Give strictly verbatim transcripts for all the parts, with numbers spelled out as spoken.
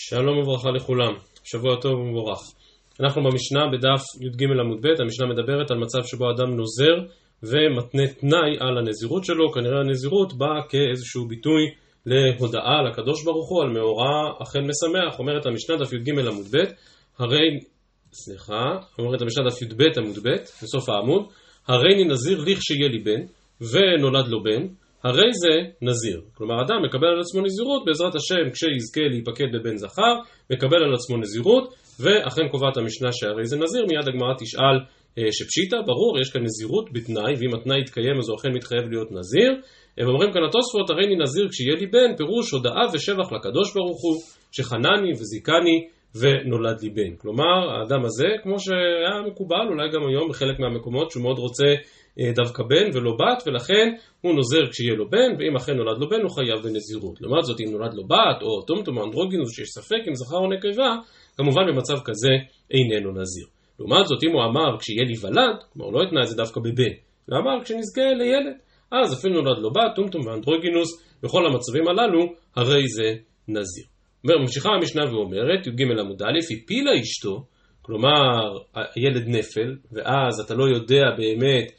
שלום וברכה לכולם, שבוע טוב ומבורך. אנחנו במשנה בדף י"ג עמוד ב', המשנה מדברת על מצב שבו אדם נוזר ומתנה תנאי על הנזירות שלו. כנראה הנזירות באה כאיזשהו ביטוי להודעה לקדוש ברוך הוא על מאורע אכן משמח. אומרת המשנה דף י"ג עמוד ב', הרי, סליחה, אומרת המשנה דף י"ב עמוד ב', בסוף העמוד, הרי אני נזיר לכשיהיה לי בן ונולד לו בן, הרי זה נזיר. כלומר, אדם מקבל על עצמו נזירות בעזרת השם כשיזכה להיפקד בבן זכר, מקבל על עצמו נזירות, ואכן קובעת המשנה שהרי זה נזיר. מיד הגמרא תשאל שפשיטה, ברור, יש כאן נזירות בתנאי, ואם התנאי יתקיים אז הוא אכן מתחייב להיות נזיר. הם אומרים כאן התוספות, הרי אני נזיר כשיהיה לי בן, פירוש הודעה ושבח לקדוש ברוך הוא, שחנני וזיקני ונולד לי בן. כלומר, האדם הזה, כמו שהיה מקובל, אולי גם היום בחלק מהמקומות, שהוא מאוד רוצה דווקא בן ולא בת, ולכן הוא נוזר כשיהיה לו בן, ואם אכן נולד לו בן הוא חייב בנזירות. לעומת זאת, אם נולד לו בת או טומטום או אנדרוגינוס שיש ספק אם זכר או נקבה, כמובן במצב כזה איננו נזיר. לעומת זאת, אם הוא אמר כשיהיה לי ולד, כלומר הוא לא התנה את זה דווקא בבן, הוא אמר כשנזכה לילד, אז אפילו נולד לו בת, טומטום ואנדרוגינוס, בכל המצבים הללו הרי זה נזיר. ממשיכה המשנה ואומרת, י"ג עמוד א', הפילה אשתו, כלומר הילד נפל, ואז אתה לא יודע באמת,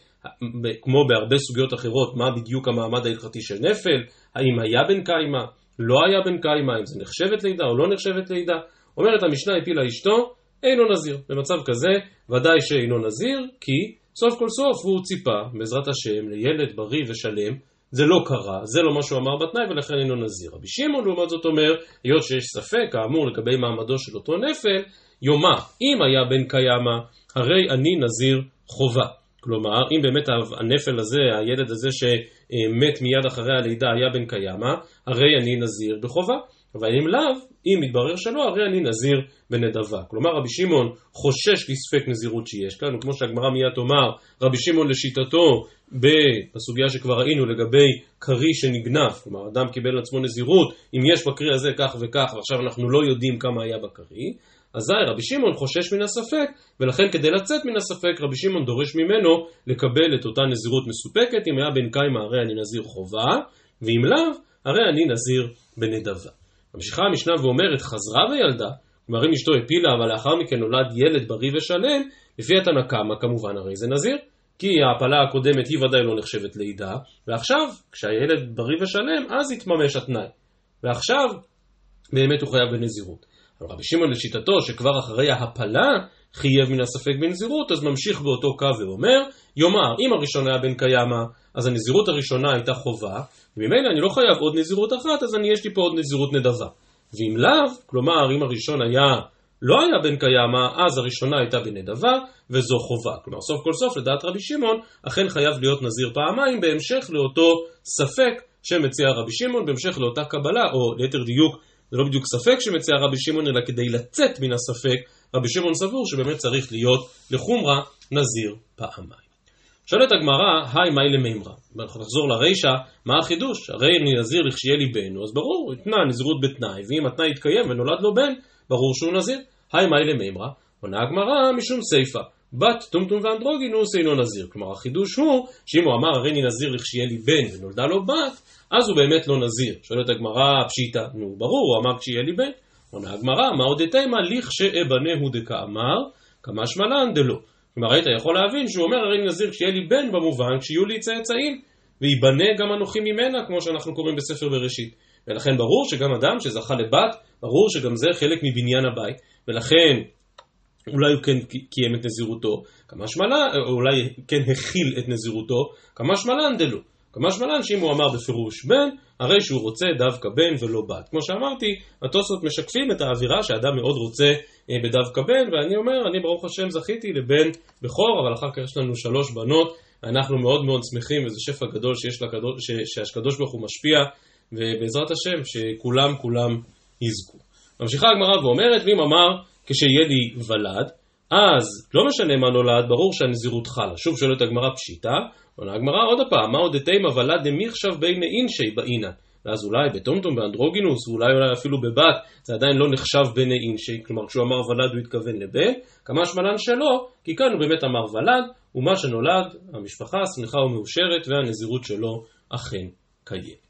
כמו בהרבה סוגיות אחרות, מה בדיוק המעמד ההלכתי של נפל, האם היה בן קיימה, לא היה בן קיימה, אם זה נחשבת לידה או לא נחשבת לידה. אומרת המשנה, הפילה אשתו, אינו נזיר. במצב כזה ודאי שאינו נזיר, כי סוף כל סוף הוא ציפה בעזרת השם לילד בריא ושלם. זה לא קרה, זה לא מה שהוא אמר בתנאי, ולכן אינו נזיר. רבי שמעון לעומת זאת אומר, היות שיש ספק כאמור לגבי מעמדו של אותו נפל, יאמר, אם היה בן קיימה, הרי אני נזיר חובה. כלומר, אם באמת הנפל הזה, הילד הזה שמת מיד אחרי הלידה היה בן קיימה, הרי אני נזיר בחובה. אבל אם לאו, אם מתברר שלא, הרי אני נזיר בנדבה. כלומר, רבי שמעון חושש לספק נזירות שיש כאן, וכמו שהגמרא מיד תאמר, רבי שמעון לשיטתו, בסוגיה שכבר ראינו לגבי קרי שנגנב, כלומר, אדם קיבל לעצמו נזירות, אם יש בקרי הזה כך וכך, ועכשיו אנחנו לא יודעים כמה היה בקרי, אזי רבי שמעון חושש מן הספק, ולכן כדי לצאת מן הספק, רבי שמעון דורש ממנו לקבל את אותה נזירות מסופקת. אם היה בן קיימה, הרי אני נזיר חובה, ואם לאו, הרי אני נזיר בנדבה. ממשיכה המשנה ואומרת, חזרה וילדה, כלומר אם אשתו הפילה, אבל לאחר מכן נולד ילד בריא ושלם, לפי התנא קמא כמובן הרי זה נזיר, כי ההפלה הקודמת היא ודאי לא נחשבת לידה, ועכשיו, כשהילד בריא ושלם, אז יתממש התנאי, ועכשיו באמת הוא חייב בנזירות. אבל רבי שמעון לשיטתו, שכבר אחרי ההפלה חייב מן הספק בנזירות, אז ממשיך באותו קו ואומר, יאמר, אם הראשון היה בן קיימה, אז הנזירות הראשונה הייתה חובה, וממילא אני לא חייב עוד נזירות אחת, אז אני יש לי פה עוד נזירות נדבה. ואם לאו, כלומר, אם הראשון היה, לא היה בן קיימה, אז הראשונה הייתה בנדבה, וזו חובה. כלומר, סוף כל סוף, לדעת רבי שמעון, אכן חייב להיות נזיר פעמיים, בהמשך לאותו ספק שמציע רבי שמעון, בהמשך לאותה קבלה, או ליתר דיוק, זה לא בדיוק ספק שמציע רבי שמעון, אלא כדי לצאת מן הספק, רבי שמעון סבור שבאמת צריך להיות לחומרה נזיר פעמיים. שואלת הגמרא, היי מאי למימרא, אנחנו נחזור לרישא, מה החידוש? הרי אני נזיר לכשיהיה לי בן, אז ברור, הוא התנה נזירות בתנאי, ואם התנאי יתקיים ונולד לו בן, ברור שהוא נזיר. היי מאי למימרא, עונה הגמרא משום סיפא, בת טומטום ואנדרוגינוס אינו נזיר. כלומר החידוש הוא שאם הוא אמר הרי אני נזיר לכשיהיה לי בן ונולדה לו בת, אז הוא באמת לא נזיר. שואלת הגמרא, פשיטא, נו ברור, הוא אמר כשיהיה לי בן. עונה הגמרא, מה עוד תימא לכשאבנהו דקאמר, כמשמע לן דלא. כלומר, היית יכול להבין שהוא אומר, הרי נזיר כשיהיה לי בן במובן, כשיהיו לי צאצאים, ויבנה גם אנוכי ממנה, כמו שאנחנו קוראים בספר בראשית. ולכן ברור שגם אדם שזכה לבת, ברור שגם זה חלק מבניין הבית, ולכן אולי הוא כן קיים את נזירותו, כמה שמלן, או אולי כן הכיל את נזירותו, כמה שמלן דלו. כמה שמלן שאם הוא אמר בפירוש בן, הרי שהוא רוצה דווקא בן ולא בת. כמו שאמרתי, התוספות משקפים את האווירה שהאדם מאוד רוצה בדווקא בן, ואני אומר, אני ברוך השם זכיתי לבן בכור, אבל אחר כך יש לנו שלוש בנות, אנחנו מאוד מאוד שמחים, וזה שפע גדול שיש לקדוש, שהקדוש ברוך הוא משפיע, ובעזרת השם שכולם כולם יזכו. ממשיכה הגמרא ואומרת, ואם אמר כשיהיה לי ולד, אז לא משנה מה נולד, ברור שהנזירות חלה. שוב שואלת הגמרא פשיטה, עונה הגמרא עוד הפעם, מה עוד תימא ולד דמיחשב בין אינשי באינן, ואז אולי בטומטום באנדרוגינוס, ואולי אולי אפילו בבת, זה עדיין לא נחשב בין אינשי, כלומר כשהוא אמר ולד הוא התכוון לבן, כמה שמלן שלו, כי כאן הוא באמת אמר ולד, ומה שנולד, המשפחה שמחה ומאושרת, והנזירות שלו אכן קיימת.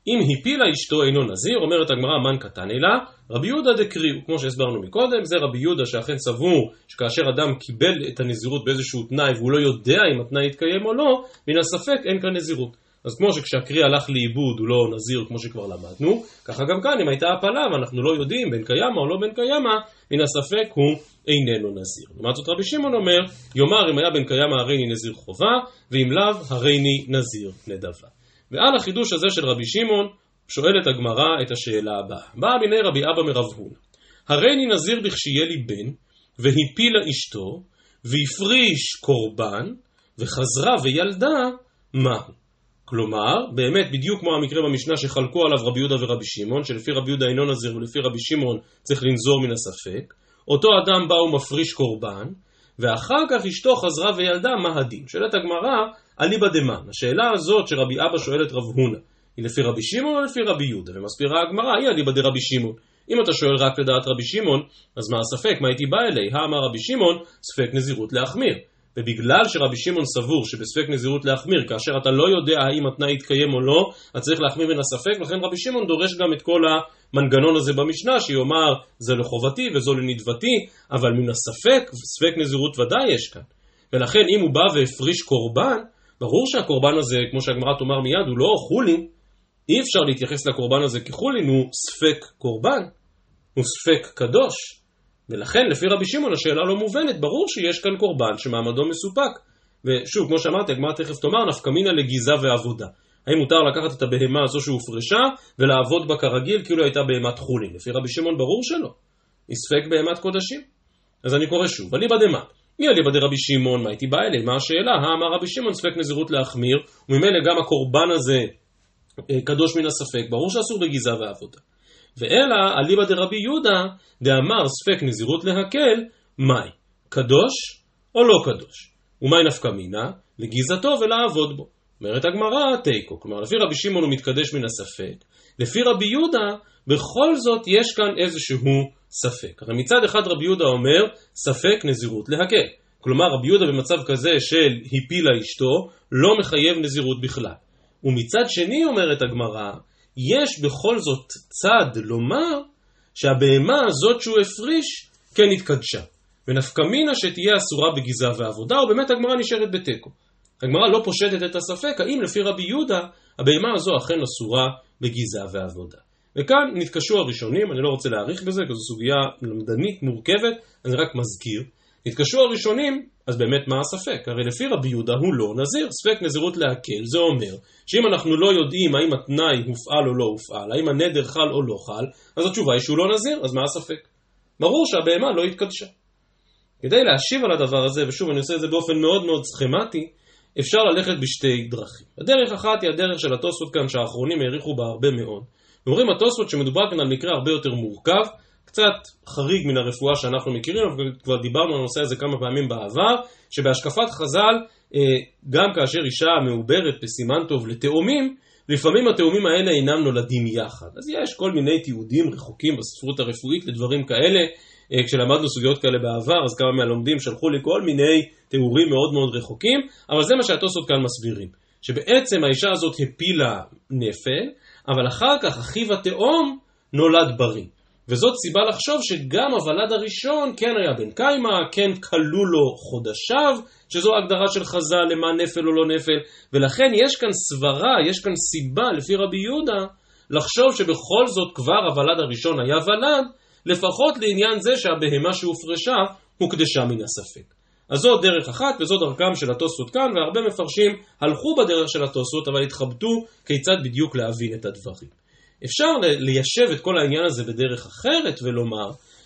אם הפילה אשתו אינו נזיר, אומרת הגמרא מן קטן אלא, רבי יהודה דקריאו, כמו שהסברנו מקודם, זה רבי יהודה שאכן סבור שכאשר אדם קיבל את הנזירות באיזשהו תנאי והוא לא יודע אם התנאי יתקיים או לא, מן הספק אין כאן נזירות. אז כמו שכשהקרי הלך לאיבוד הוא לא נזיר כמו שכבר למדנו, ככה גם כאן אם הייתה הפלה ואנחנו לא יודעים בין קיימה או לא בין קיימה, מן הספק הוא איננו נזיר. לעומת זאת רבי שמעון אומר, יאמר אם היה בין קיימה הריני נזיר חובה, ואם לאו הריני נזיר נדבה. ועל החידוש הזה של רבי שמעון שואלת הגמרא את השאלה הבאה. באה ביני רבי אבא מרב הונא, הריני נזיר דכשיהיה לי בן, והפילה אשתו, והפריש קורבן, וחזרה וילדה, מהו? כלומר, באמת בדיוק כמו המקרה במשנה שחלקו עליו רבי יהודה ורבי שמעון, שלפי רבי יהודה אינו נזיר ולפי רבי שמעון צריך לנזור מן הספק, אותו אדם בא ומפריש קורבן, ואחר כך אשתו חזרה וילדה, מה הדין? שאלת הגמרא, אליבא דמן. השאלה הזאת שרבי אבא שואל את רב הונא, היא לפי רבי שמעון או לפי רבי יהודה? ומסבירה הגמרא, היא אליבא דרבי שמעון. אם אתה שואל רק לדעת רבי שמעון, אז מה הספק? מה הייתי בא אלי? האמר רבי שמעון, ספק נזירות להחמיר. ובגלל שרבי שמעון סבור שבספק נזירות להחמיר, כאשר אתה לא יודע האם התנאי יתקיים או לא, אז צריך להחמיר מן הספק, לכן רבי שמעון דורש גם את כל המנגנון הזה במשנה, שיאמר זה לחובתי וזו לנדבתי, אבל מן הספק, ספק נזירות ודאי יש כאן. ולכן אם הוא בא והפריש קורבן, ברור שהקורבן הזה, כמו שהגמרא תאמר מיד, הוא לא חולין, אי אפשר להתייחס לקורבן הזה כחולין, הוא ספק קורבן, הוא ספק קדוש. ולכן לפי רבי שמעון השאלה לא מובנת, ברור שיש כאן קורבן שמעמדו מסופק. ושוב, כמו שאמרתי, הגמרא תכף תאמר, נפקא מינה לגיזה ועבודה. האם מותר לקחת את הבהמה הזו שהופרשה ולעבוד בה כרגיל כאילו הייתה בהמת חולין? לפי רבי שמעון ברור שלא. היא ספק בהמת קודשים. אז אני קורא שוב, אליבא דמה. מי אליבא דרבי שמעון? מה הייתי בא אלי? מה השאלה? האמר רבי שמעון ספק נזירות להחמיר, וממילא גם הקורבן הזה קדוש מן הספק, ברור שאסור בגיזה ועבודה. ואלא אליבא דרבי יהודה דאמר ספק נזירות להקל, מהי? קדוש או לא קדוש? ומהי נפקא מינה? לגיזתו ולעבוד בו. אומרת הגמרא תיקו, כלומר לפי רבי שמעון הוא מתקדש מן הספק, לפי רבי יהודה בכל זאת יש כאן איזשהו ספק. הרי מצד אחד רבי יהודה אומר ספק נזירות להקל, כלומר רבי יהודה במצב כזה של הפילה אשתו לא מחייב נזירות בכלל. ומצד שני אומרת הגמרא, יש בכל זאת צד לומר שהבהמה הזאת שהוא הפריש כן התקדשה, ונפקא מינה שתהיה אסורה בגיזה ועבודה, ובאמת הגמרא נשארת בתיקו. הגמרא לא פושטת את הספק האם לפי רבי יהודה הבהמה הזו אכן אסורה בגיזה ועבודה. וכאן נתקשו הראשונים, אני לא רוצה להאריך בזה כי זו סוגיה למדנית מורכבת, אני רק מזכיר. נתקשו הראשונים, אז באמת מה הספק? הרי לפי רבי יהודה הוא לא נזיר, ספק נזירות להקל, זה אומר שאם אנחנו לא יודעים האם התנאי הופעל או לא הופעל, האם הנדר חל או לא חל, אז התשובה היא שהוא לא נזיר, אז מה הספק? ברור שהבהמה לא התקדשה. כדי להשיב על הדבר הזה, ושוב אני עושה את זה באופן מאוד מאוד סכמטי, אפשר ללכת בשתי דרכים. הדרך אחת היא הדרך של התוספות כאן שהאחרונים העריכו בה הרבה מאוד. אומרים התוספות שמדובר כאן על מקרה הרבה יותר מורכב, קצת חריג מן הרפואה שאנחנו מכירים, אבל כבר דיברנו על הנושא הזה כמה פעמים בעבר, שבהשקפת חז"ל, גם כאשר אישה מעוברת בסימן טוב לתאומים, לפעמים התאומים האלה אינם נולדים יחד. אז יש כל מיני תיעודים רחוקים בספרות הרפואית לדברים כאלה, כשלמדנו סוגיות כאלה בעבר, אז כמה מהלומדים שלחו לי כל מיני תיאורים מאוד מאוד רחוקים, אבל זה מה שהתוספות כאן מסבירים, שבעצם האישה הזאת הפילה נפל, אבל אחר כך אחיו התאום נולד בריא. וזאת סיבה לחשוב שגם הוולד הראשון כן היה בן קיימה, כן כלו לו חודשיו, שזו הגדרה של חז"ל למה נפל או לא נפל, ולכן יש כאן סברה, יש כאן סיבה לפי רבי יהודה, לחשוב שבכל זאת כבר הוולד הראשון היה ולד, לפחות לעניין זה שהבהמה שהופרשה הוקדשה מן הספק. אז זו דרך אחת וזו דרכם של התוספות כאן, והרבה מפרשים הלכו בדרך של התוספות, אבל התחבטו כיצד בדיוק להבין את הדברים. אפשר ליישב את כל העניין הזה בדרך אחרת ולומר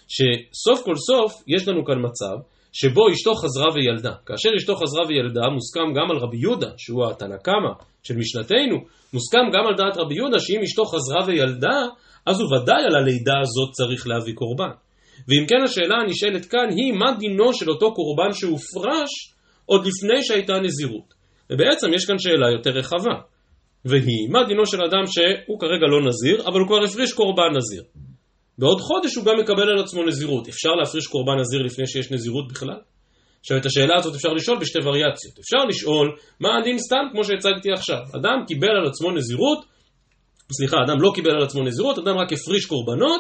שסוף כל סוף יש לנו כאן מצב שבו אשתו חזרה וילדה. כאשר אשתו חזרה וילדה מוסכם גם על רבי יהודה, שהוא התנא קמא של משנתנו, מוסכם גם על דעת רבי יהודה שאם אשתו חזרה וילדה, אז הוא ודאי על הלידה הזאת צריך להביא קורבן. ואם כן השאלה הנשאלת כאן היא מה דינו של אותו קורבן שהופרש עוד לפני שהייתה נזירות. ובעצם יש כאן שאלה יותר רחבה. והיא, מה דינו של אדם שהוא כרגע לא נזיר, אבל הוא כבר הפריש קורבן נזיר. בעוד חודש הוא גם מקבל על עצמו נזירות. אפשר להפריש קורבן נזיר לפני שיש נזירות בכלל? עכשיו את השאלה הזאת אפשר לשאול בשתי וריאציות. אפשר לשאול מה הדין סתם כמו שהצגתי עכשיו. אדם קיבל על עצמו נזירות סליחה, אדם לא קיבל על עצמו נזירות, אדם רק הפריש קורבנות,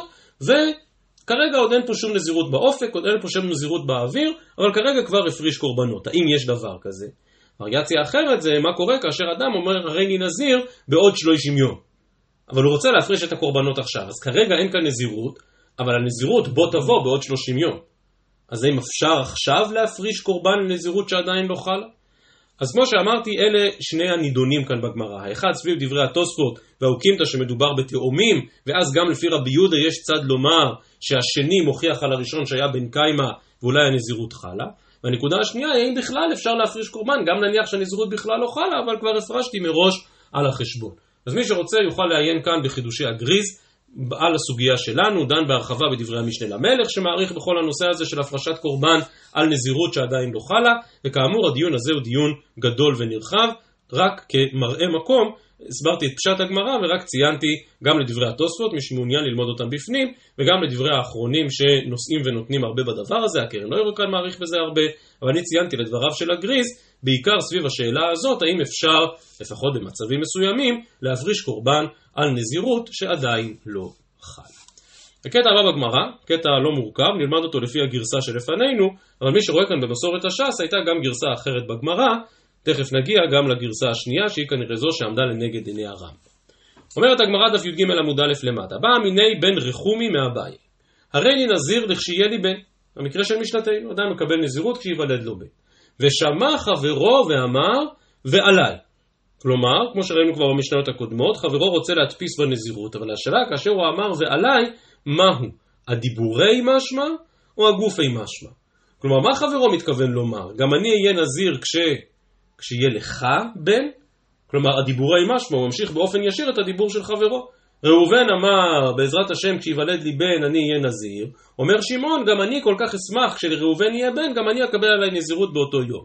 וכרגע עוד אין פה שום נזירות באופק, עוד אין פה שום נזירות באוויר, אבל כרגע כבר הפריש קורבנות. האם יש דבר כזה? וריאציה אחרת זה מה קורה כאשר אדם אומר הרי אני נזיר בעוד שלושים יום. אבל הוא רוצה להפריש את הקורבנות עכשיו, אז כרגע אין כאן נזירות, אבל הנזירות בוא תבוא בעוד שלושים יום. אז האם אפשר עכשיו להפריש קורבן לנזירות שעדיין לא חלה? אז כמו שאמרתי, אלה שני הנידונים כאן בגמרא. האחד סביב דברי התוספות והאוקימתא שמדובר בתאומים, ואז גם לפי רבי יהודה יש צד לומר שהשני מוכיח על הראשון שהיה בן קיימה ואולי הנזירות חלה. והנקודה השנייה היא האם בכלל אפשר להפריש קורבן, גם נניח שהנזירות בכלל לא חלה, אבל כבר הפרשתי מראש על החשבון. אז מי שרוצה יוכל לעיין כאן בחידושי הגריז על הסוגיה שלנו, דן בהרחבה בדברי המשנה למלך שמעריך בכל הנושא הזה של הפרשת קורבן על נזירות שעדיין לא חלה, וכאמור הדיון הזה הוא דיון גדול ונרחב, רק כמראה מקום הסברתי את פשט הגמרא ורק ציינתי גם לדברי התוספות, מי שמעוניין ללמוד אותם בפנים, וגם לדברי האחרונים שנושאים ונותנים הרבה בדבר הזה, הקרן לא ירוקן מעריך בזה הרבה, אבל אני ציינתי לדבריו של הגריז, בעיקר סביב השאלה הזאת, האם אפשר, לפחות במצבים מסוימים, להפריש קורבן על נזירות שעדיין לא חל. הקטע הבא בגמרא, קטע לא מורכב, נלמד אותו לפי הגרסה שלפנינו, אבל מי שרואה כאן במסורת הש"ס הייתה גם גרסה אחרת בגמרא, תכף נגיע גם לגרסה השנייה, שהיא כנראה זו שעמדה לנגד עיני הרמב"ם. אומרת הגמרא דף י"ג עמוד א' למטה, בא מיני בן רחומי מאביי, הרי אני נזיר לכשיהיה לי בן, המקרה של משנתנו, אדם מקבל נזירות כשיוולד לו בן, ושמע חברו ואמר ועליי, כלומר, כמו שראינו כבר במשניות הקודמות, חברו רוצה להדפיס בנזירות, אבל השאלה כאשר הוא אמר ועליי, מהו? הדיבורי משמע או הגופי משמע? כלומר, מה חברו מתכוון לומר? גם אני אהיה נזיר כש... כשיהיה לך בן? כלומר, הדיבורי משמע, הוא ממשיך באופן ישיר את הדיבור של חברו. ראובן אמר, בעזרת השם כשיוולד לי בן אני אהיה נזיר. אומר שמעון, גם אני כל כך אשמח כשלראובן יהיה בן, גם אני אקבל עליי נזירות באותו יום.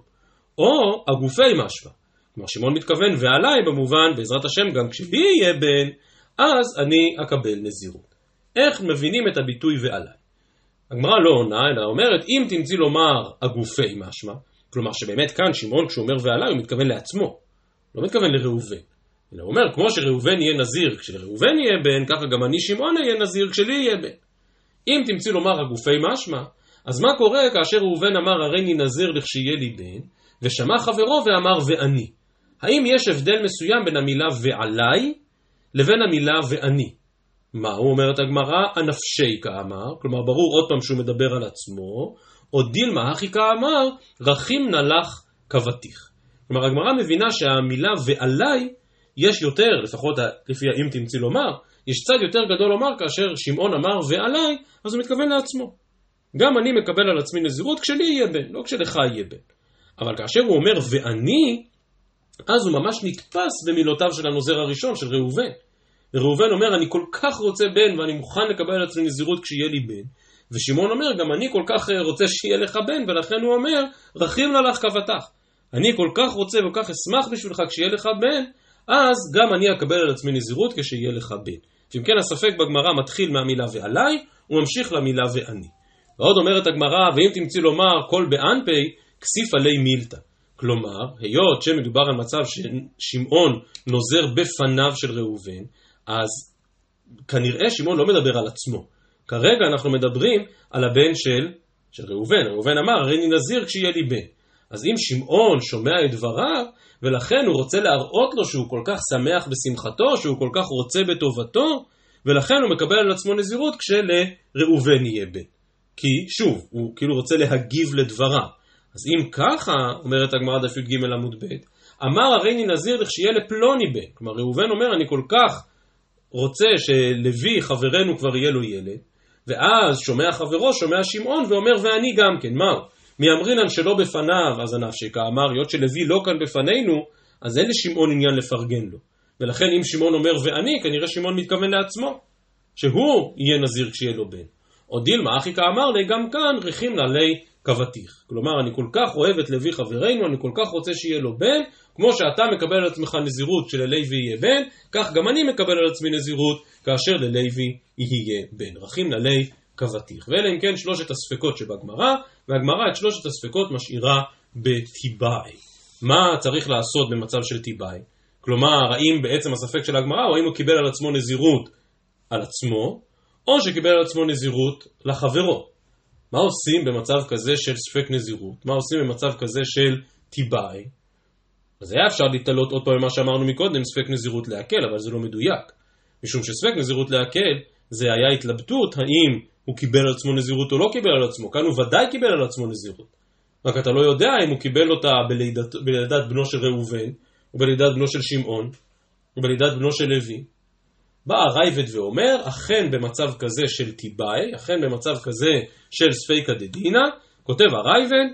או הגופי משמע. כלומר, שמעון מתכוון ועליי במובן, בעזרת השם גם כשלי יהיה בן, אז אני אקבל נזירות. איך מבינים את הביטוי ועליי? הגמרא לא עונה, אלא אומרת, אם תמציא לומר הגופי משמע, כלומר שבאמת כאן שמעון כשהוא אומר ועליי הוא מתכוון לעצמו, לא מתכוון לראובן. אלא הוא אומר, כמו שראובן יהיה נזיר כשלראובן יהיה בן, ככה גם אני שמעון יהיה נזיר כשלי יהיה בן. אם תמציא לומר הגופי משמע, אז מה קורה כאשר ראובן אמר הרי אני נזיר לכשיהיה לי בן, ושמע חברו ואמר ואני? האם יש הבדל מסוים בין המילה ועליי לבין המילה ואני? מה הוא אומרת הגמרא? הנפשי כאמר, כלומר ברור עוד פעם שהוא מדבר על עצמו, או דילמה הכי כאמר, רחים נלך כבתיך. כלומר הגמרא מבינה שהמילה ועליי יש יותר, לפחות לפי האם תמציא לומר, יש צד יותר גדול לומר כאשר שמעון אמר ועליי, אז הוא מתכוון לעצמו. גם אני מקבל על עצמי נזירות כשלי יהיה בן, לא כשלך יהיה בן. אבל כאשר הוא אומר ואני, אז הוא ממש נתפס במילותיו של הנוזר הראשון, של ראובן. וראובן אומר, אני כל כך רוצה בן, ואני מוכן לקבל על עצמי נזירות כשיהיה לי בן. ושמעון אומר, גם אני כל כך רוצה שיהיה לך בן, ולכן הוא אומר, רחים נלך כבתך. אני כל כך רוצה וכל כך אשמח בשבילך כשיהיה לך בן, אז גם אני אקבל על עצמי נזירות כשיהיה לך בן. ואם כן הספק בגמרא מתחיל מהמילה ועליי, הוא ממשיך למילה ואני. ועוד אומרת הגמרא, ואם תמציא לומר כל באנפי, כסיף עלי מילתא. כלומר, היות שמדובר על מצב ששמעון נוזר בפניו של ראובן, אז כנראה שמעון לא מדבר על עצמו. כרגע אנחנו מדברים על הבן של, של ראובן. ראובן אמר, הרי אני נזיר כשיהיה לי בן. אז אם שמעון שומע את דבריו, ולכן הוא רוצה להראות לו שהוא כל כך שמח בשמחתו, שהוא כל כך רוצה בטובתו, ולכן הוא מקבל על עצמו נזירות כשלראובן יהיה בן. כי שוב, הוא כאילו רוצה להגיב לדבריו. אז אם ככה, אומרת הגמרא דף י"ג עמוד ב', אמר הרי אני נזיר לכשיהיה לפלוני בן. כלומר ראובן אומר, אני כל כך רוצה שלוי חברנו כבר יהיה לו ילד, ואז שומע חברו, שומע שמעון ואומר ואני גם כן, מהו? מי אמרינן שלא בפניו, אז הנפשי כאמר, היות שלוי לא כאן בפנינו, אז אין לשמעון עניין לפרגן לו. ולכן אם שמעון אומר ואני, כנראה שמעון מתכוון לעצמו, שהוא יהיה נזיר כשיהיה לו בן. או דילמה אחי כאמר לי, גם כאן רחים נעלי כבתיך. כלומר, אני כל כך אוהב את לוי חברנו, אני כל כך רוצה שיהיה לו בן, כמו שאתה מקבל על עצמך נזירות שללוי יהיה בן, כך גם אני מקבל על עצמי נזירות כאשר ללוי יהיה בן. רחים נעלי כבתיך. ואלה אם כן שלושת הספקות שבגמרא, והגמרא את שלושת הספקות משאירה בתיבאי. מה צריך לעשות במצב של תיבאי? כלומר, האם בעצם הספק של הגמרא, או האם הוא קיבל על עצמו נזירות על עצמו, או שקיבל על עצמו נזירות לחברו. מה עושים במצב כזה של ספק נזירות? מה עושים במצב כזה של טיבאי? אז היה אפשר להתעלות עוד פעם מה שאמרנו מקודם, ספק נזירות להקל, אבל זה לא מדויק. משום שספק נזירות להקל, זה היה התלבטות, האם הוא קיבל על עצמו נזירות או לא קיבל על עצמו. כאן הוא ודאי קיבל על עצמו נזירות. רק אתה לא יודע אם הוא קיבל אותה בלידת, בלידת בנו של ראובן, או בלידת בנו של שמעון, או בלידת בנו של לוי. בא הרייבד ואומר, אכן במצב כזה של טיבאי, אכן במצב כזה של ספיקא דדינא, כותב הרייבד,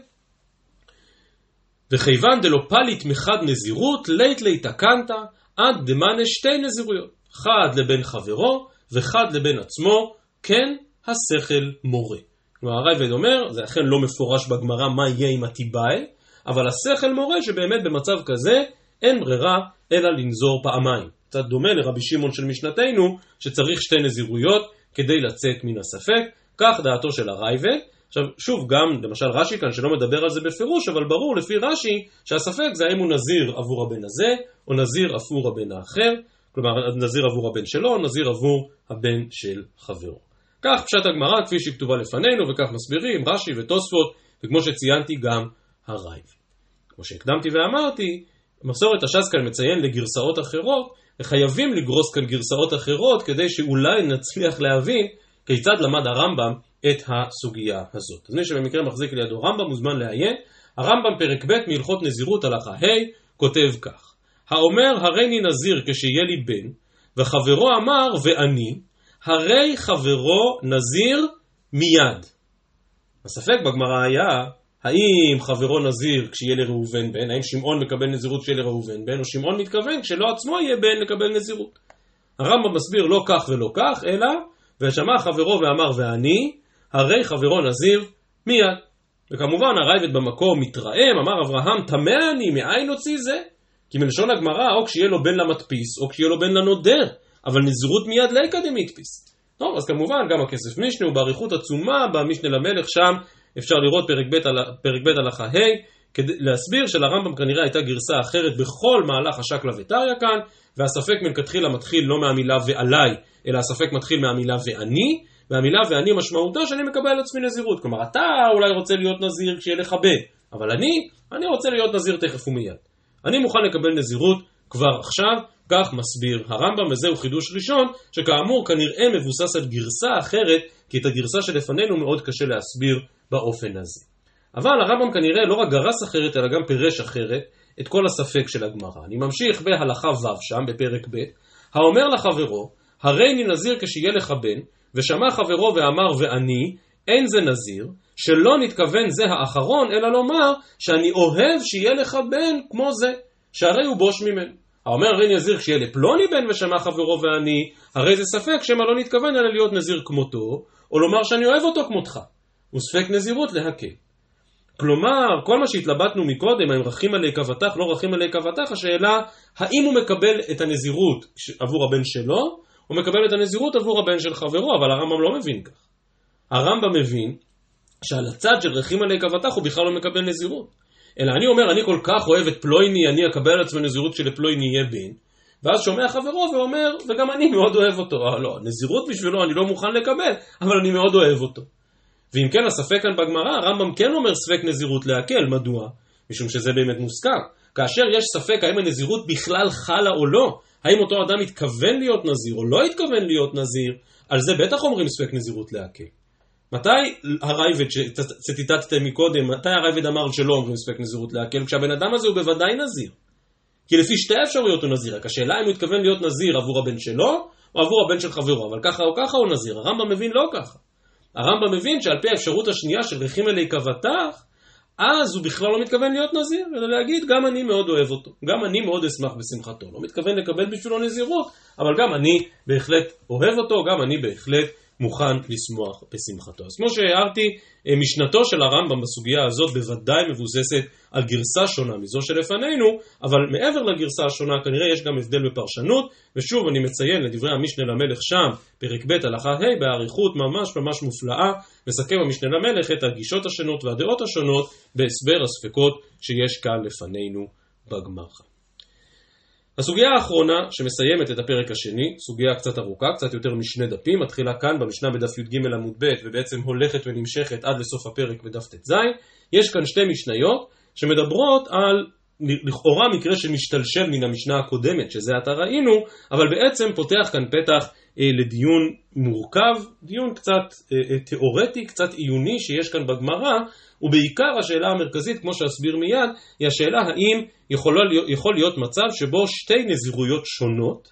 וכיוון דלא פליט מחד נזירות, לית להתקנת, עד דמנה שתי נזירויות, חד לבן חברו וחד לבן עצמו, כן השכל מורה. כלומר הרייבד אומר, זה אכן לא מפורש בגמרא מה יהיה עם הטיבאי, אבל השכל מורה שבאמת במצב כזה אין ברירה אלא לנזור פעמיים. קצת דומה לרבי שמעון של משנתנו, שצריך שתי נזירויות כדי לצאת מן הספק, כך דעתו של הרייבד. עכשיו שוב גם, למשל רש"י כאן שלא מדבר על זה בפירוש, אבל ברור לפי רש"י שהספק זה האם הוא נזיר עבור הבן הזה, או נזיר עבור הבן האחר, כלומר נזיר עבור הבן שלו, או נזיר עבור הבן של חברו. כך פשט הגמרא כפי שהיא כתובה לפנינו, וכך מסבירים רש"י ותוספות, וכמו שציינתי גם הרייבד. כמו שהקדמתי ואמרתי, מסורת הש"ס כאן מציין לגרסאות אחרות, וחייבים לגרוס כאן גרסאות אחרות, כדי שאולי נצליח להבין כיצד למד הרמב"ם את הסוגיה הזאת. אז מי שבמקרה מחזיק לידו רמב"ם מוזמן לעיין. הרמב"ם פרק ב' מהלכות נזירות הלכה ה' כותב כך: האומר הריני נזיר כשיהיה לי בן, וחברו אמר ואני, הרי חברו נזיר מיד. הספק בגמרא היה, האם חברו נזיר כשיהיה לראובן בן, האם שמעון מקבל נזירות כשיהיה לראובן בן, או שמעון מתכוון כשלא עצמו יהיה בן לקבל נזירות. הרמב"ם מסביר לא כך ולא כך, אלא ושמע חברו ואמר ואני, הרי חברו נזיר מיד. וכמובן הרייבד במקום מתרעם, אמר אברהם, תמה אני, מאין הוציא זה? כי מלשון הגמרא, או כשיהיה לו בן למדפיס, או כשיהיה לו בן לנודר, אבל נזירות מיד ליקא דמידפיס. טוב, אז כמובן גם הכסף משנה הוא בעריכות עצומה, במשנה למלך שם אפשר לראות פרק ב', פרק ב' הלכה ה', כדי להסביר שלרמב"ם כנראה הייתה גרסה אחרת בכל מהלך השקלא וטריא כאן, והספק מלכתחילה מתחיל לא מהמילה ועליי, אלא הספק מתחיל מהמילה ואני, והמילה ואני משמעותה שאני מקבל על עצמי נזירות. כלומר, אתה אולי רוצה להיות נזיר כשיהיה לך בן, אבל אני, אני רוצה להיות נזיר תכף ומיד. אני מוכן לקבל נזירות כבר עכשיו, כך מסביר הרמב"ם, וזהו חידוש ראשון, שכאמור כנראה מבוסס על גרסה אחרת, כי את הגרסה שלפנינו מאוד קשה להסביר באופן הזה. אבל הרמב"ם כנראה לא רק גרס אחרת, אלא גם פירש אחרת את כל הספק של הגמרא. אני ממשיך בהלכה ו' שם, בפרק ב', האומר לחברו, הרי אני נזיר כשיהיה לך בן, ושמע חברו ואמר ואני, אין זה נזיר, שלא נתכוון זה האחרון, אלא לומר שאני אוהב שיהיה לך בן כמו זה, שהרי הוא בוש ממנו. האומר הרי נזיר כשיהיה לפלוני בן ושמע חברו ואני, הרי זה ספק שמה לא נתכוון אלא להיות נזיר כמותו, או לומר שאני אוהב אותו כמותך. הוא ספק נזירות להקל. כלומר, כל מה שהתלבטנו מקודם, האם רחים עלי קבתך, לא רחים עלי קבתך, השאלה, האם הוא מקבל את הנזירות עבור הבן שלו, או מקבל את הנזירות עבור הבן של חברו, אבל הרמב"ם לא מבין כך. הרמב"ם מבין שעל הצד של רחים עלי קבתך הוא בכלל לא מקבל נזירות. אלא אני אומר, אני כל כך אוהב את פלויני, אני אקבל על עצמי נזירות שלפלויני יהיה בן, ואז שומע חברו ואומר, וגם אני מאוד אוהב אותו. לא, נזירות בשבילו אני לא מוכן לקבל, אבל אני מאוד אוהב אותו. ואם כן הספק כאן בגמרא, הרמב"ם כן אומר ספק נזירות להקל. מדוע? משום שזה באמת מוסכם. כאשר יש ספק האם הנזירות בכלל חלה או לא, האם אותו אדם התכוון להיות נזיר או לא התכוון להיות נזיר, על זה בטח אומרים ספק נזירות להקל. מתי הרייבד שציטטתם מקודם, מתי הרייבד אמר שלא אומרים ספק נזירות להקל? כשהבן אדם הזה הוא בוודאי נזיר. כי לפי שתי אפשרויות הוא נזיר, רק השאלה אם הוא התכוון להיות נזיר עבור הבן שלו או עבור הבן של חברו, אבל ככה או ככה הוא נזיר. הרמב"ם מבין לא ככה. הרמב"ם מבין שעל פי האפשרות השנייה של רחים אלי קבתך, אז הוא בכלל לא מתכוון להיות נזיר, אלא להגיד גם אני מאוד אוהב אותו, גם אני מאוד אשמח בשמחתו. לא מתכוון לקבל בשבילו נזירות, אבל גם אני בהחלט אוהב אותו, גם אני בהחלט מוכן לשמוח בשמחתו. אז כמו שהערתי, משנתו של הרמב"ם בסוגיה הזאת בוודאי מבוססת על גרסה שונה מזו שלפנינו, אבל מעבר לגרסה השונה כנראה יש גם הבדל בפרשנות, ושוב אני מציין לדברי המשנה למלך שם, פרק ב' הלכה ה' בעריכות ממש ממש מופלאה, מסכם המשנה למלך את הגישות השונות והדעות השונות בהסבר הספקות שיש כאן לפנינו בגמרא. הסוגיה האחרונה שמסיימת את הפרק השני, סוגיה קצת ארוכה, קצת יותר משני דפים, מתחילה כאן במשנה בדף י"ג עמוד ב' ובעצם הולכת ונמשכת עד לסוף הפרק בדף ט"ז. יש כאן שתי משניות שמדברות על לכאורה מקרה שמשתלשל מן המשנה הקודמת, שזה עתה ראינו, אבל בעצם פותח כאן פתח אה, לדיון מורכב, דיון קצת אה, תיאורטי, קצת עיוני שיש כאן בגמרא, ובעיקר השאלה המרכזית, כמו שאסביר מיד, היא השאלה האם יכול להיות, יכול להיות מצב שבו שתי נזירויות שונות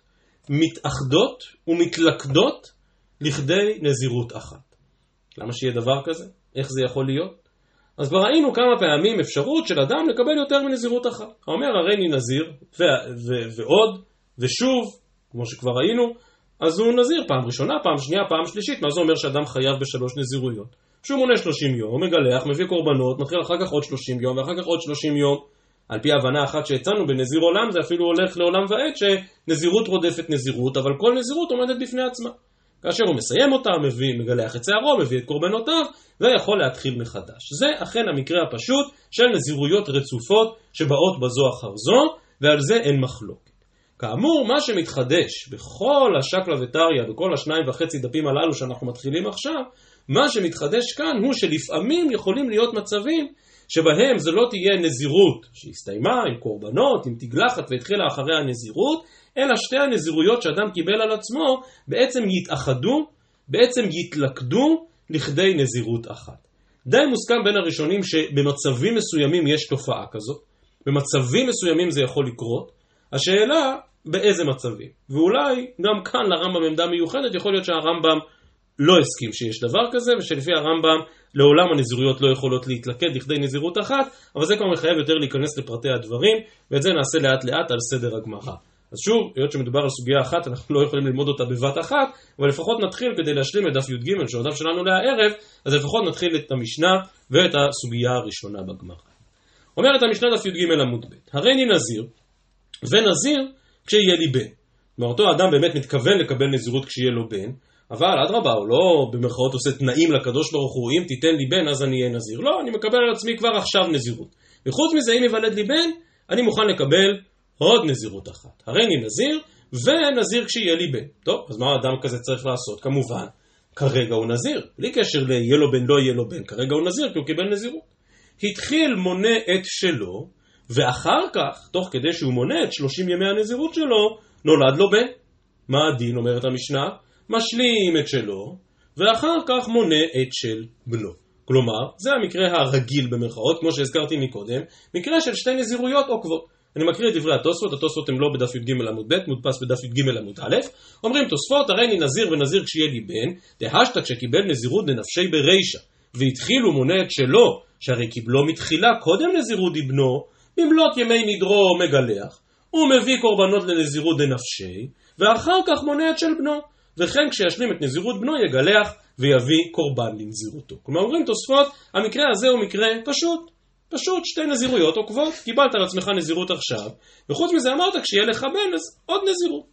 מתאחדות ומתלכדות לכדי נזירות אחת. למה שיהיה דבר כזה? איך זה יכול להיות? אז כבר ראינו כמה פעמים אפשרות של אדם לקבל יותר מנזירות אחת. האומר הרי אני נזיר ו- ו- ועוד ושוב, כמו שכבר ראינו, אז הוא נזיר פעם ראשונה, פעם שנייה, פעם שלישית. מה זה אומר שאדם חייב בשלוש נזירויות? שהוא מונה שלושים יום, מגלח, מביא קורבנות, מתחיל אחר כך עוד שלושים יום ואחר כך עוד שלושים יום. על פי ההבנה אחת שהצענו בנזיר עולם, זה אפילו הולך לעולם ועד שנזירות רודפת נזירות, אבל כל נזירות עומדת בפני עצמה. כאשר הוא מסיים אותה, מביא, מגלח את שערו, מביא את קורבנותיו, ויכול להתחיל מחדש. זה אכן המקרה הפשוט של נזירויות רצופות שבאות בזו אחר זו, ועל זה אין מחלוקת. כאמור, מה שמתחדש בכל השקלא וטריא, בכל השניים וחצי דפים הללו שאנחנו מתחילים עכשיו, מה שמתחדש כאן הוא שלפעמים יכולים להיות מצבים שבהם זה לא תהיה נזירות שהסתיימה עם קורבנות, עם תגלחת והתחילה אחרי הנזירות, אלא שתי הנזירויות שאדם קיבל על עצמו בעצם יתאחדו, בעצם יתלכדו לכדי נזירות אחת. די מוסכם בין הראשונים שבמצבים מסוימים יש תופעה כזאת, במצבים מסוימים זה יכול לקרות, השאלה באיזה מצבים. ואולי גם כאן לרמב"ם עמדה מיוחדת, יכול להיות שהרמב"ם לא הסכים שיש דבר כזה, ושלפי הרמב"ם לעולם הנזירויות לא יכולות להתלכד לכדי נזירות אחת, אבל זה כבר מחייב יותר להיכנס לפרטי הדברים, ואת זה נעשה לאט לאט על סדר הגמרא. אז שוב, היות שמדובר על סוגיה אחת, אנחנו לא יכולים ללמוד אותה בבת אחת, אבל לפחות נתחיל כדי להשלים את דף י"ג, שהוא הדף שלנו להערב, אז לפחות נתחיל את המשנה ואת הסוגיה הראשונה בגמרא. אומרת המשנה דף י"ג עמוד ב', הרי אני נזיר, ונזיר כשיהיה לי בן. כלומר, אותו האדם באמת מתכוון לקבל נזירות כשיהיה לו בן, אבל אדרבה, הוא לא במרכאות עושה תנאים לקדוש ברוך הוא, אם תיתן לי בן אז אני אהיה נזיר. לא, אני מקבל על עצמי כבר עכשיו נזירות. וחוץ מזה, אם יוולד לי בן, אני מוכן לקבל עוד נזירות אחת. הרי אני נזיר, ונזיר כשיהיה לי בן. טוב, אז מה האדם כזה צריך לעשות? כמובן, כרגע הוא נזיר. בלי קשר ליהיה לו בן, לא יהיה לו בן. כרגע הוא נזיר, כי הוא קיבל נזירות. התחיל מונה את שלו, ואחר כך, תוך כדי שהוא מונה את שלושים ימי הנזירות שלו, נולד לו בן. מה הדין, אומרת המשנה? משלים את שלו, ואחר כך מונה את של בנו. כלומר, זה המקרה הרגיל במרכאות, כמו שהזכרתי מקודם, מקרה של שתי נזירויות עוקבות. אני מקריא את דברי התוספות, התוספות הם לא בדף י"ג עמוד ב', מודפס בדף י"ג עמוד א', אומרים תוספות, הרי אני נזיר ונזיר כשיהיה לי בן, דהשתא כשקיבל נזירות דנפשי ברישא, והתחיל ומונה את שלו, שהרי קיבלו מתחילה קודם נזירות דבנו, במלאת ימי נדרו מגלח, הוא מביא קורבנות לנזירות דנפשי, ואחר כך מונה את של בנו, וכן כשישלים את נזירות בנו יגלח ויביא קורבן לנזירותו. כלומר אומרים תוספות, המקרה הזה הוא מקרה פשוט, פשוט שתי נזירויות עוקבות, קיבלת על עצמך נזירות עכשיו, וחוץ מזה אמרת כשיהיה לך בן אז עוד נזירות.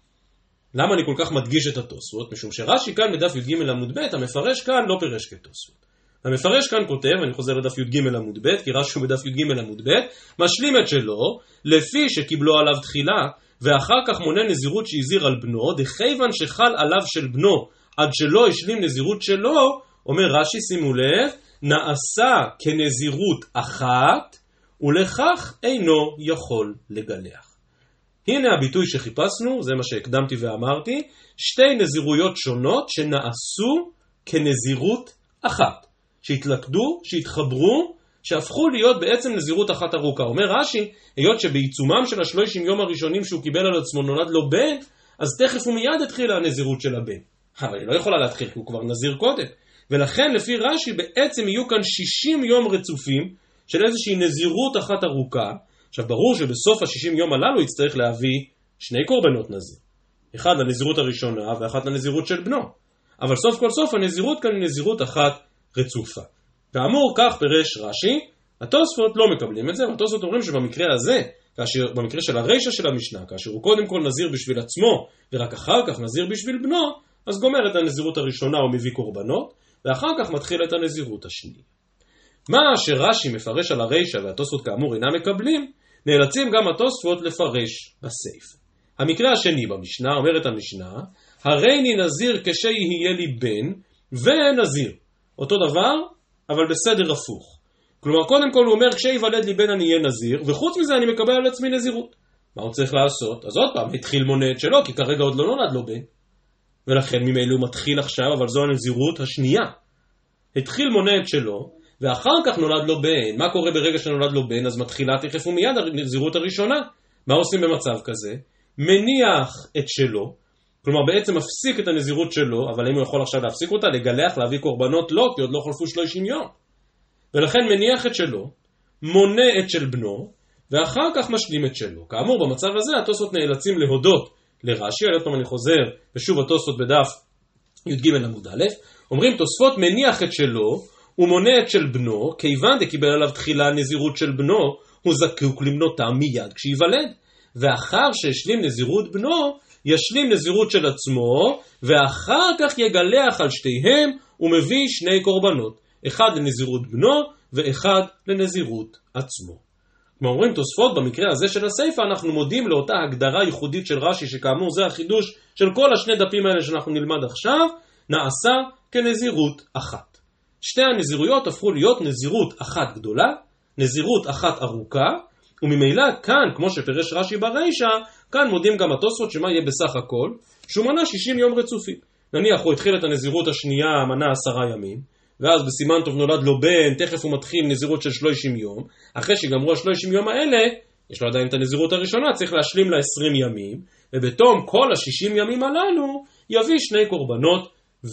למה אני כל כך מדגיש את התוספות? משום שרש"י כאן בדף י"ג עמוד ב', המפרש כאן לא פירש כתוספות. המפרש כאן כותב, אני חוזר לדף י"ג עמוד ב', כי רש"י בדף י"ג עמוד ב', משלים את שלו, לפי שקיבלו עליו תחילה, ואחר כך מונה נזירות שהזיר על בנו, דכיוון שחל עליו של בנו, עד שלא השלים נזירות שלו, אומר רש"י, שימו לב, נעשה כנזירות אחת, ולכך אינו יכול לגלח. הנה הביטוי שחיפשנו, זה מה שהקדמתי ואמרתי, שתי נזירויות שונות שנעשו כנזירות אחת, שהתלכדו, שהתחברו, שהפכו להיות בעצם נזירות אחת ארוכה. אומר רש"י, היות שבעיצומם של השלושים יום הראשונים שהוא קיבל על עצמו נולד לו בן, אז תכף ומיד התחילה הנזירות של הבן. אבל היא לא יכולה להתחיל כי הוא כבר נזיר קודם. ולכן לפי רש"י בעצם יהיו כאן שישים יום רצופים של איזושהי נזירות אחת ארוכה. עכשיו ברור שבסוף ה-שישים יום הללו יצטרך להביא שני קורבנות נזיר. אחד לנזירות הראשונה ואחת לנזירות של בנו. אבל סוף כל סוף הנזירות כאן היא נזירות אחת רצופה. כאמור, כך פירש רש"י, התוספות לא מקבלים את זה, והתוספות אומרים שבמקרה הזה, כאשר, במקרה של הרישא של המשנה, כאשר הוא קודם כל נזיר בשביל עצמו, ורק אחר כך נזיר בשביל בנו, אז גומר את הנזירות הראשונה ומביא קורבנות, ואחר כך מתחיל את הנזירות השנייה. מה שרש"י מפרש על הרישא והתוספות כאמור אינם מקבלים, נאלצים גם התוספות לפרש בסייף. המקרה השני במשנה, אומרת המשנה, הריני נזיר כשיהיה לי בן ונזיר. אותו דבר, אבל בסדר הפוך. כלומר, קודם כל הוא אומר, כשיוולד לי בן אני אהיה נזיר, וחוץ מזה אני מקבל על עצמי נזירות. מה הוא צריך לעשות? אז עוד פעם, התחיל מונה את שלו, כי כרגע עוד לא נולד לו בן. ולכן ממילא הוא מתחיל עכשיו, אבל זו הנזירות השנייה. התחיל מונה את שלו, ואחר כך נולד לו בן. מה קורה ברגע שנולד לו בן? אז מתחילה תכף ומיד הנזירות הראשונה. מה עושים במצב כזה? מניח את שלו, כלומר בעצם מפסיק את הנזירות שלו, אבל אם הוא יכול עכשיו להפסיק אותה, לגלח, להביא קורבנות, לא, כי עוד לא חולפו שלושים יום. ולכן מניח את שלו, מונה את של בנו, ואחר כך משלים את שלו. כאמור, במצב הזה התוספות נאלצים להודות לרש"י, עוד פעם אני חוזר, ושוב התוספות בדף י"ג עמוד א', אומרים תוספות מניח את שלו, ומונה את של בנו, כיוון דקיבל עליו תחילה נזירות של בנו, הוא זקוק למנותם מיד כשיוולד. ואחר שהשלים נזירות בנו, ישלים נזירות של עצמו, ואחר כך יגלח על שתיהם, ומביא שני קורבנות, אחד לנזירות בנו, ואחד לנזירות עצמו. כמו אומרים תוספות, במקרה הזה של הסייפה, אנחנו מודים לאותה הגדרה ייחודית של רש"י, שכאמור זה החידוש של כל השני דפים האלה שאנחנו נלמד עכשיו, נעשה כנזירות אחת. שתי הנזירויות הפכו להיות נזירות אחת גדולה, נזירות אחת ארוכה, וממילא כאן, כמו שפרש רש"י ברישא, כאן מודים גם התוספות שמה יהיה בסך הכל, שהוא מנה שישים יום רצופים. נניח הוא התחיל את הנזירות השנייה, מנה עשרה ימים, ואז בסימן טוב נולד לו בן, תכף הוא מתחיל נזירות של שלושים יום, אחרי שיגמרו השלושים יום האלה, יש לו עדיין את הנזירות הראשונה, צריך להשלים לה עשרים ימים, ובתום כל השישים ימים הללו, יביא שני קורבנות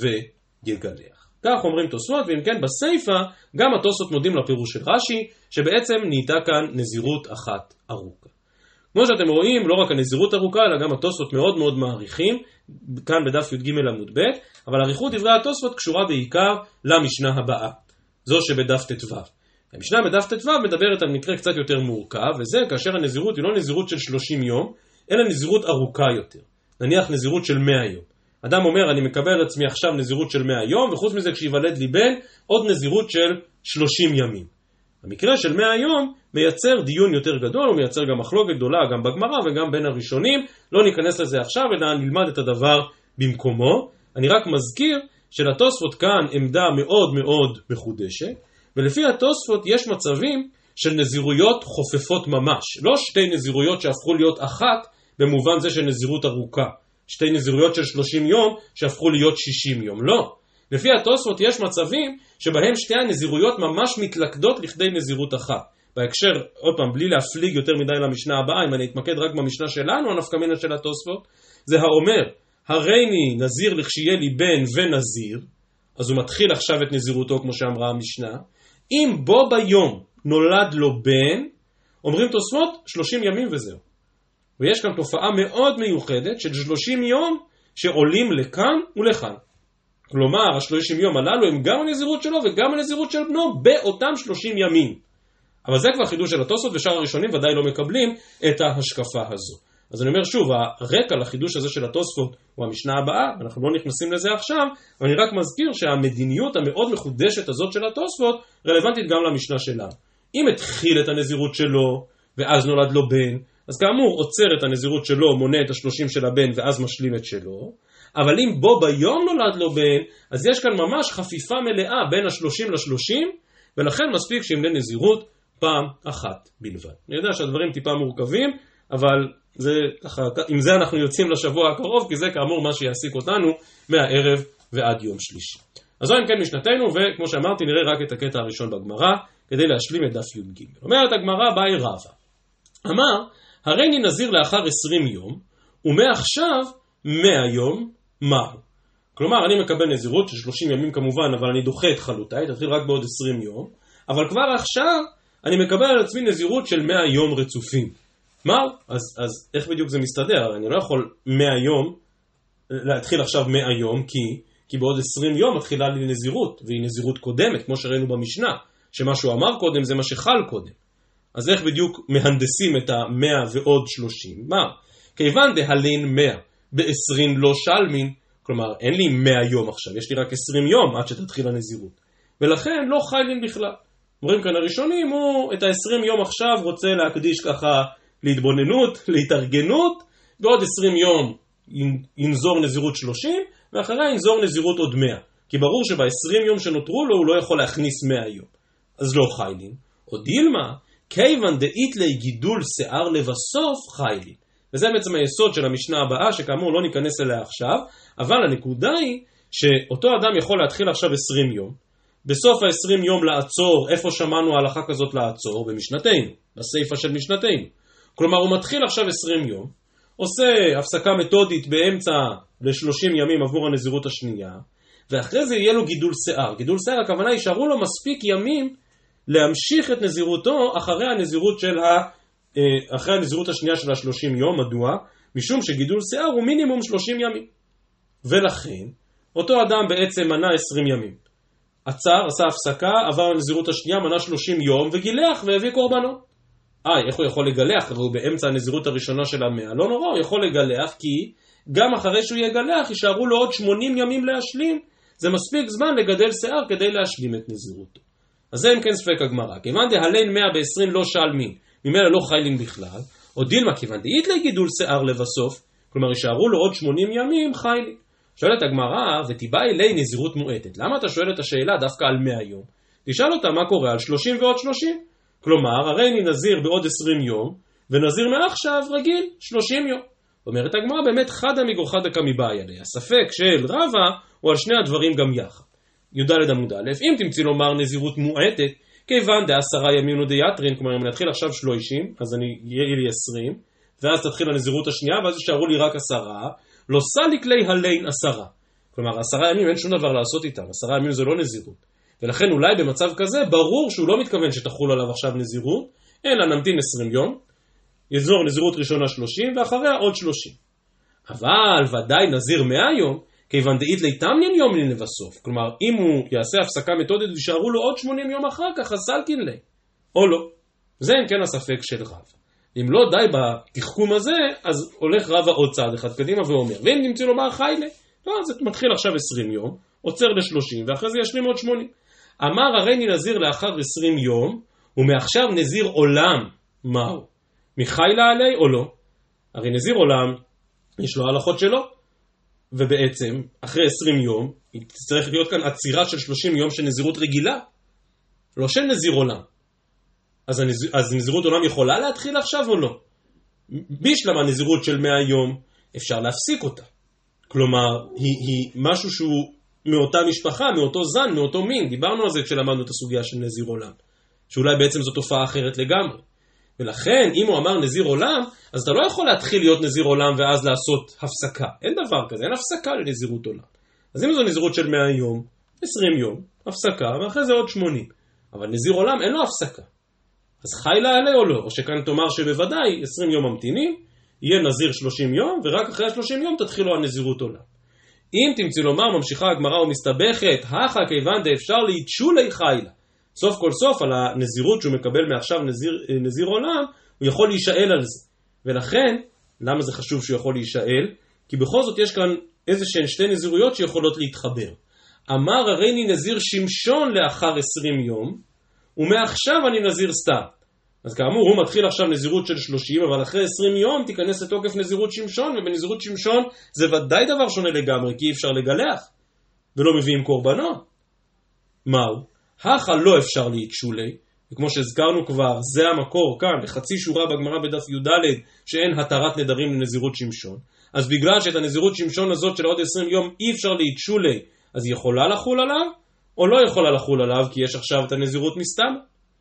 ויגלח. כך אומרים תוספות, ואם כן בסייפה, גם התוספות מודים לפירוש של רש"י, שבעצם נהייתה כאן נזירות אחת ארוכה. כמו שאתם רואים, לא רק הנזירות ארוכה, אלא גם התוספות מאוד מאוד מעריכים, כאן בדף י"ג עמוד ב', אבל עריכות דברי התוספות קשורה בעיקר למשנה הבאה, זו שבדף ט"ו. המשנה בדף ט"ו מדברת על מקרה קצת יותר מורכב, וזה כאשר הנזירות היא לא נזירות של שלושים יום, אלא נזירות ארוכה יותר. נניח נזירות של מאה יום. אדם אומר, אני מקבל עצמי עכשיו נזירות של מאה יום, וחוץ מזה כשיוולד לי בן, עוד נזירות של שלושים ימים. המקרה של מאה יום מייצר דיון יותר גדול, הוא מייצר גם מחלוקת גדולה, גם בגמרא וגם בין הראשונים. לא ניכנס לזה עכשיו, אלא נלמד את הדבר במקומו. אני רק מזכיר שלתוספות כאן עמדה מאוד מאוד מחודשת, ולפי התוספות יש מצבים של נזירויות חופפות ממש. לא שתי נזירויות שהפכו להיות אחת, במובן זה של נזירות ארוכה. שתי נזירויות של שלושים יום שהפכו להיות שישים יום. לא. לפי התוספות יש מצבים שבהם שתי הנזירויות ממש מתלכדות לכדי נזירות אחת. בהקשר, עוד פעם, בלי להפליג יותר מדי למשנה הבאה, אם אני אתמקד רק במשנה שלנו, הנפקא מינה של התוספות, זה האומר, הריני נזיר לכשיהיה לי בן ונזיר, אז הוא מתחיל עכשיו את נזירותו כמו שאמרה המשנה, אם בו ביום נולד לו בן, אומרים תוספות שלושים ימים וזהו. ויש כאן תופעה מאוד מיוחדת של שלושים יום שעולים לכאן ולכאן. כלומר, השלושים יום הללו הם גם הנזירות שלו וגם הנזירות של בנו באותם שלושים ימים. אבל זה כבר חידוש של התוספות, ושאר הראשונים ודאי לא מקבלים את ההשקפה הזו. אז אני אומר שוב, הרקע לחידוש הזה של התוספות הוא המשנה הבאה, אנחנו לא נכנסים לזה עכשיו, אבל אני רק מזכיר שהמדיניות המאוד מחודשת הזאת של התוספות רלוונטית גם למשנה שלנו. אם התחיל את הנזירות שלו ואז נולד לו בן, אז כאמור עוצר את הנזירות שלו, מונה את השלושים של הבן ואז משלים את שלו, אבל אם בו ביום נולד לו בן, אז יש כאן ממש חפיפה מלאה בין השלושים לשלושים, ולכן מספיק שימנה נזירות פעם אחת בלבד. אני יודע שהדברים טיפה מורכבים, אבל זה, עם זה אנחנו יוצאים לשבוע הקרוב, כי זה כאמור מה שיעסיק אותנו מהערב ועד יום שלישי. אז זו אם כן משנתנו, וכמו שאמרתי נראה רק את הקטע הראשון בגמרא, כדי להשלים את דף י"ג. אומרת הגמרא באי רבא, אמר, הריני נזיר לאחר עשרים יום, ומעכשיו מאה יום מר. כלומר, אני מקבל נזירות של שלושים ימים כמובן, אבל אני דוחה את חלותיי, תתחיל רק בעוד עשרים יום, אבל כבר עכשיו אני מקבל על עצמי נזירות של מאה יום רצופים. מר? אז, אז איך בדיוק זה מסתדר? אני לא יכול מאה יום, להתחיל עכשיו מאה יום, כי, כי בעוד עשרים יום מתחילה לי נזירות, והיא נזירות קודמת, כמו שראינו במשנה, שמה שהוא אמר קודם זה מה שחל קודם. אז איך בדיוק מהנדסים את המאה ועוד שלושים? מה? כיוון דהלין מאה, בעשרים לא שלמין, כלומר אין לי מאה יום עכשיו, יש לי רק עשרים יום עד שתתחיל הנזירות. ולכן לא חיילין בכלל. אומרים כאן הראשונים, הוא את ה-עשרים יום עכשיו רוצה להקדיש ככה להתבוננות, להתארגנות, ועוד עשרים יום ינזור נזירות שלושים, ואחריה ינזור נזירות עוד מאה. כי ברור שב-עשרים יום שנותרו לו הוא לא יכול להכניס מאה יום. אז לא חיילין. או דילמה, כיוון דאית לי גידול שיער לבסוף חיילין. וזה בעצם היסוד של המשנה הבאה, שכאמור לא ניכנס אליה עכשיו, אבל הנקודה היא שאותו אדם יכול להתחיל עכשיו עשרים יום, בסוף ה-עשרים יום לעצור, איפה שמענו ההלכה כזאת לעצור? במשנתנו, בסייפה של משנתנו. כלומר, הוא מתחיל עכשיו עשרים יום, עושה הפסקה מתודית באמצע ל-שלושים ימים עבור הנזירות השנייה, ואחרי זה יהיה לו גידול שיער. גידול שיער, הכוונה יישארו לו מספיק ימים להמשיך את נזירותו אחרי הנזירות של ה... אחרי הנזירות השנייה של ה-שלושים יום. מדוע? משום שגידול שיער הוא מינימום שלושים ימים. ולכן, אותו אדם בעצם מנה עשרים ימים. עצר, עשה הפסקה, עבר הנזירות השנייה, מנה שלושים יום, וגילח והביא קורבנות. אה, איך הוא יכול לגלח? הוא באמצע הנזירות הראשונה של המאה. לא נורא, הוא יכול לגלח, כי גם אחרי שהוא יגלח, יישארו לו עוד שמונים ימים להשלים. זה מספיק זמן לגדל שיער כדי להשלים את נזירותו. אז זה אם כן ספק הגמרא. כיוון דהלין מאה בעשרים לא שאל מין, ממילא לא חיילין בכלל, או דילמה כיוון דאית לי גידול שיער לבסוף, כלומר יישארו לו עוד שמונים ימים חיילין. שואלת הגמרא, ותיבא אלי נזירות מועטת. למה אתה שואל את השאלה דווקא על מאה יום? תשאל אותה מה קורה על שלושים ועוד שלושים. כלומר, הרי אני נזיר בעוד עשרים יום, ונזיר מעכשיו רגיל שלושים יום. אומרת הגמרא, באמת חדה מגורחדה כמבאי עליה. הספק של רבא הוא על שני הדברים גם יחד. י"ד עמוד א', אם תמציא לומר נזירות מועטת, כיוון דעשרה ימים ודייתרין, כלומר אם נתחיל עכשיו שלושים, אז אני יהיה לי עשרים, ואז תתחיל הנזירות השנייה, ואז יישארו לי רק עשרה, לא סליק לי הלין עשרה. כלומר, עשרה ימים אין שום דבר לעשות איתם, עשרה ימים זה לא נזירות. ולכן אולי במצב כזה, ברור שהוא לא מתכוון שתחול עליו עכשיו נזירות, אלא נמתין עשרים יום, יזור נזירות ראשונה שלושים, ואחריה עוד שלושים. אבל ודאי נזיר מאה יום, כיוון דאית לי תמנין יום לי לבסוף. כלומר, אם הוא יעשה הפסקה מתודית, וישארו לו עוד שמונים יום אחר כך, אז סלקין לי. או לא. זה אם כן הספק של רב. אם לא די בתחכום הזה, אז הולך רבא עוד צעד אחד קדימה ואומר, ואם נמצא לומר חיילה, לא, זה מתחיל עכשיו עשרים יום, עוצר ל-שלושים, ואחרי זה ישלים עוד שמונים. אמר הרי אני נזיר לאחר עשרים יום, ומעכשיו נזיר עולם, מהו? מחיילה עלי או לא? הרי נזיר עולם, יש לו הלכות שלו, ובעצם, אחרי עשרים יום, צריך להיות כאן עצירה של שלושים יום של נזירות רגילה, לא של נזיר עולם. אז, הנזיר, אז נזירות עולם יכולה להתחיל עכשיו או לא? בשלב הנזירות של מאה יום אפשר להפסיק אותה. כלומר, היא, היא משהו שהוא מאותה משפחה, מאותו זן, מאותו מין. דיברנו על זה כשלמדנו את הסוגיה של נזיר עולם. שאולי בעצם זו תופעה אחרת לגמרי. ולכן, אם הוא אמר נזיר עולם, אז אתה לא יכול להתחיל להיות נזיר עולם ואז לעשות הפסקה. אין דבר כזה, אין הפסקה לנזירות עולם. אז אם זו נזירות של מאה יום, עשרים יום, הפסקה, ואחרי זה עוד שמונים. אבל נזיר עולם אין לו הפסקה. אז חיילה עלי או לא? או שכאן תאמר שבוודאי עשרים יום ממתינים, יהיה נזיר שלושים יום, ורק אחרי שלושים יום תתחילו הנזירות עולם. אם תמצא לומר, ממשיכה הגמרא ומסתבכת, הכה כיוון דאפשר ליתשולי חיילה. סוף כל סוף על הנזירות שהוא מקבל מעכשיו נזיר, נזיר עולם, הוא יכול להישאל על זה. ולכן, למה זה חשוב שהוא יכול להישאל? כי בכל זאת יש כאן איזה שהן שתי נזירויות שיכולות להתחבר. אמר הרי אני נזיר שמשון לאחר עשרים יום, ומעכשיו אני נזיר סתם. אז כאמור, הוא מתחיל עכשיו נזירות של שלושים, אבל אחרי עשרים יום תיכנס לתוקף נזירות שמשון, ובנזירות שמשון זה ודאי דבר שונה לגמרי, כי אי אפשר לגלח, ולא מביאים קורבנות. מהו? הכה לא אפשר להתשולי, וכמו שהזכרנו כבר, זה המקור כאן, בחצי שורה בגמרא בדף י"ד, שאין התרת נדרים לנזירות שמשון. אז בגלל שאת הנזירות שמשון הזאת של עוד עשרים יום אי אפשר להתשולי, אז היא יכולה לחול עליו, או לא יכולה לחול עליו, כי יש עכשיו את הנזירות מסתם.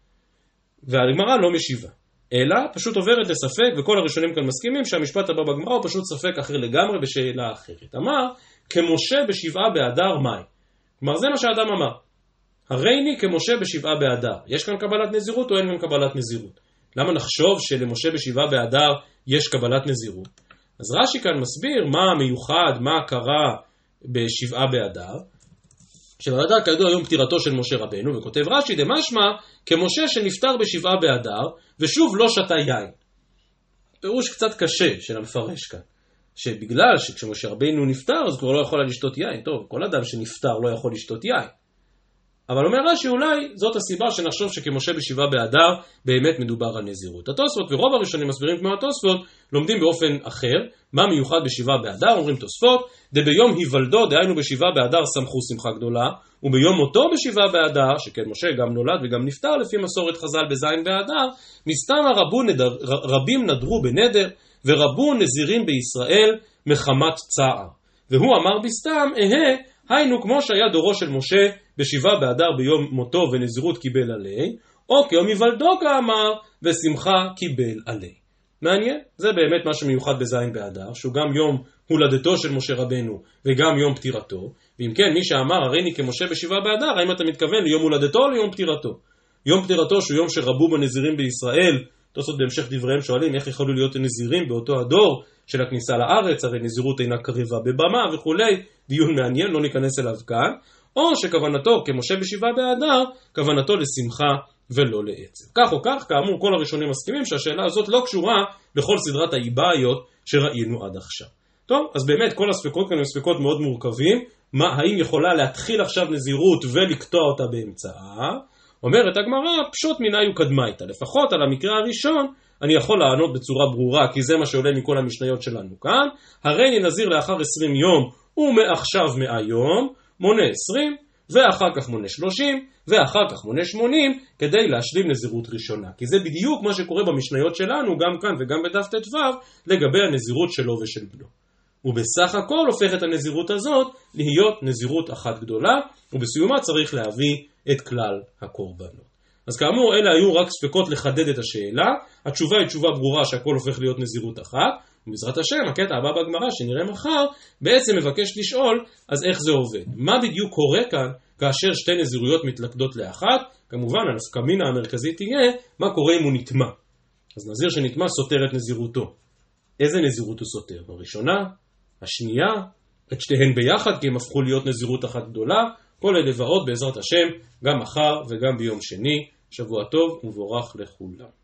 והגמרא לא משיבה, אלא פשוט עוברת לספק, וכל הראשונים כאן מסכימים שהמשפט הבא בגמרא הוא פשוט ספק אחר לגמרי בשאלה אחרת. אמר, כמשה בשבעה באדר מאי. כלומר, זה מה שהאדם אמר. הריני כמשה בשבעה באדר. יש כאן קבלת נזירות או אין כאן קבלת נזירות? למה נחשוב שלמשה בשבעה באדר יש קבלת נזירות? אז רש"י כאן מסביר מה המיוחד, מה קרה בשבעה באדר. שבאדר כידוע יום פטירתו של משה רבנו, וכותב רש"י דמשמע כמשה שנפטר בשבעה באדר, ושוב לא שתה יין. פירוש קצת קשה של המפרש כאן, שבגלל שכשמשה רבנו נפטר, אז כבר לא יכול לשתות יין. טוב, כל אדם שנפטר לא יכול לשתות יין. אבל אומר רש"י, אולי זאת הסיבה שנחשוב שכמשה בשבעה באדר באמת מדובר על נזירות. התוספות ורוב הראשונים מסבירים כמו התוספות, לומדים באופן אחר, מה מיוחד בשבעה באדר, אומרים תוספות, דביום היוולדו, דהיינו בשבעה באדר שמחו שמחה גדולה, וביום מותו בשבעה באדר, שכן משה גם נולד וגם נפטר לפי מסורת חז"ל בזין באדר, מסתם הרבו נדר, רבים נדרו בנדר, ורבו נזירים בישראל מחמת צער. והוא אמר בסתם, אהה, היינו כמו שהיה דורו של משה בשבעה באדר ביום מותו ונזירות קיבל עלי, או כיום היוולדו כאמר ושמחה קיבל עלי. מעניין, זה באמת מה שמיוחד בזין באדר, שהוא גם יום הולדתו של משה רבנו וגם יום פטירתו, ואם כן מי שאמר הריני כמשה בשבעה באדר, האם אתה מתכוון ליום הולדתו או ליום פטירתו? יום פטירתו שהוא יום שרבו בנזירים בישראל, תוספות בהמשך דבריהם שואלים איך יכולו להיות נזירים באותו הדור של הכניסה לארץ, הרי נזירות אינה קריבה בבמה וכולי, דיון מעניין, לא ניכנס אליו כאן, או שכוונתו כמשה בשבעה באדר, כוונתו לשמחה ולא לעצב. כך או כך, כאמור כל הראשונים מסכימים שהשאלה הזאת לא קשורה לכל סדרת האיבאיות שראינו עד עכשיו. טוב, אז באמת כל הספקות כאן הם ספקות מאוד מורכבים, מה, האם יכולה להתחיל עכשיו נזירות ולקטוע אותה באמצעה? אומרת הגמרא, פשוט מנהי וקדמייתא, לפחות על המקרה הראשון, אני יכול לענות בצורה ברורה, כי זה מה שעולה מכל המשניות שלנו כאן, הרי נזיר לאחר עשרים יום, ומעכשיו מאה יום, מונה עשרים, ואחר כך מונה שלושים, ואחר כך מונה שמונים, כדי להשלים נזירות ראשונה. כי זה בדיוק מה שקורה במשניות שלנו, גם כאן וגם בדף ט"ו, לגבי הנזירות שלו ושל בנו. ובסך הכל הופכת הנזירות הזאת להיות נזירות אחת גדולה, ובסיומה צריך להביא את כלל הקורבנות. אז כאמור, אלה היו רק ספקות לחדד את השאלה, התשובה היא תשובה ברורה שהכל הופך להיות נזירות אחת, ובעזרת השם, הקטע הבא בגמרא שנראה מחר, בעצם מבקש לשאול, אז איך זה עובד? מה בדיוק קורה כאן כאשר שתי נזירויות מתלכדות לאחת? כמובן, הנפקמינה המרכזית תהיה, מה קורה אם הוא נטמע? אז נזיר שנטמע סותר את נזירותו. איזה נזירות הוא סותר? הראשונה? השנייה? את שתיהן ביחד, כי הם הפכו להיות נזירות אחת גדולה? כל אלה ועוד בעזרת השם, גם מחר וגם ביום שני. שבוע טוב ומבורך לכולם.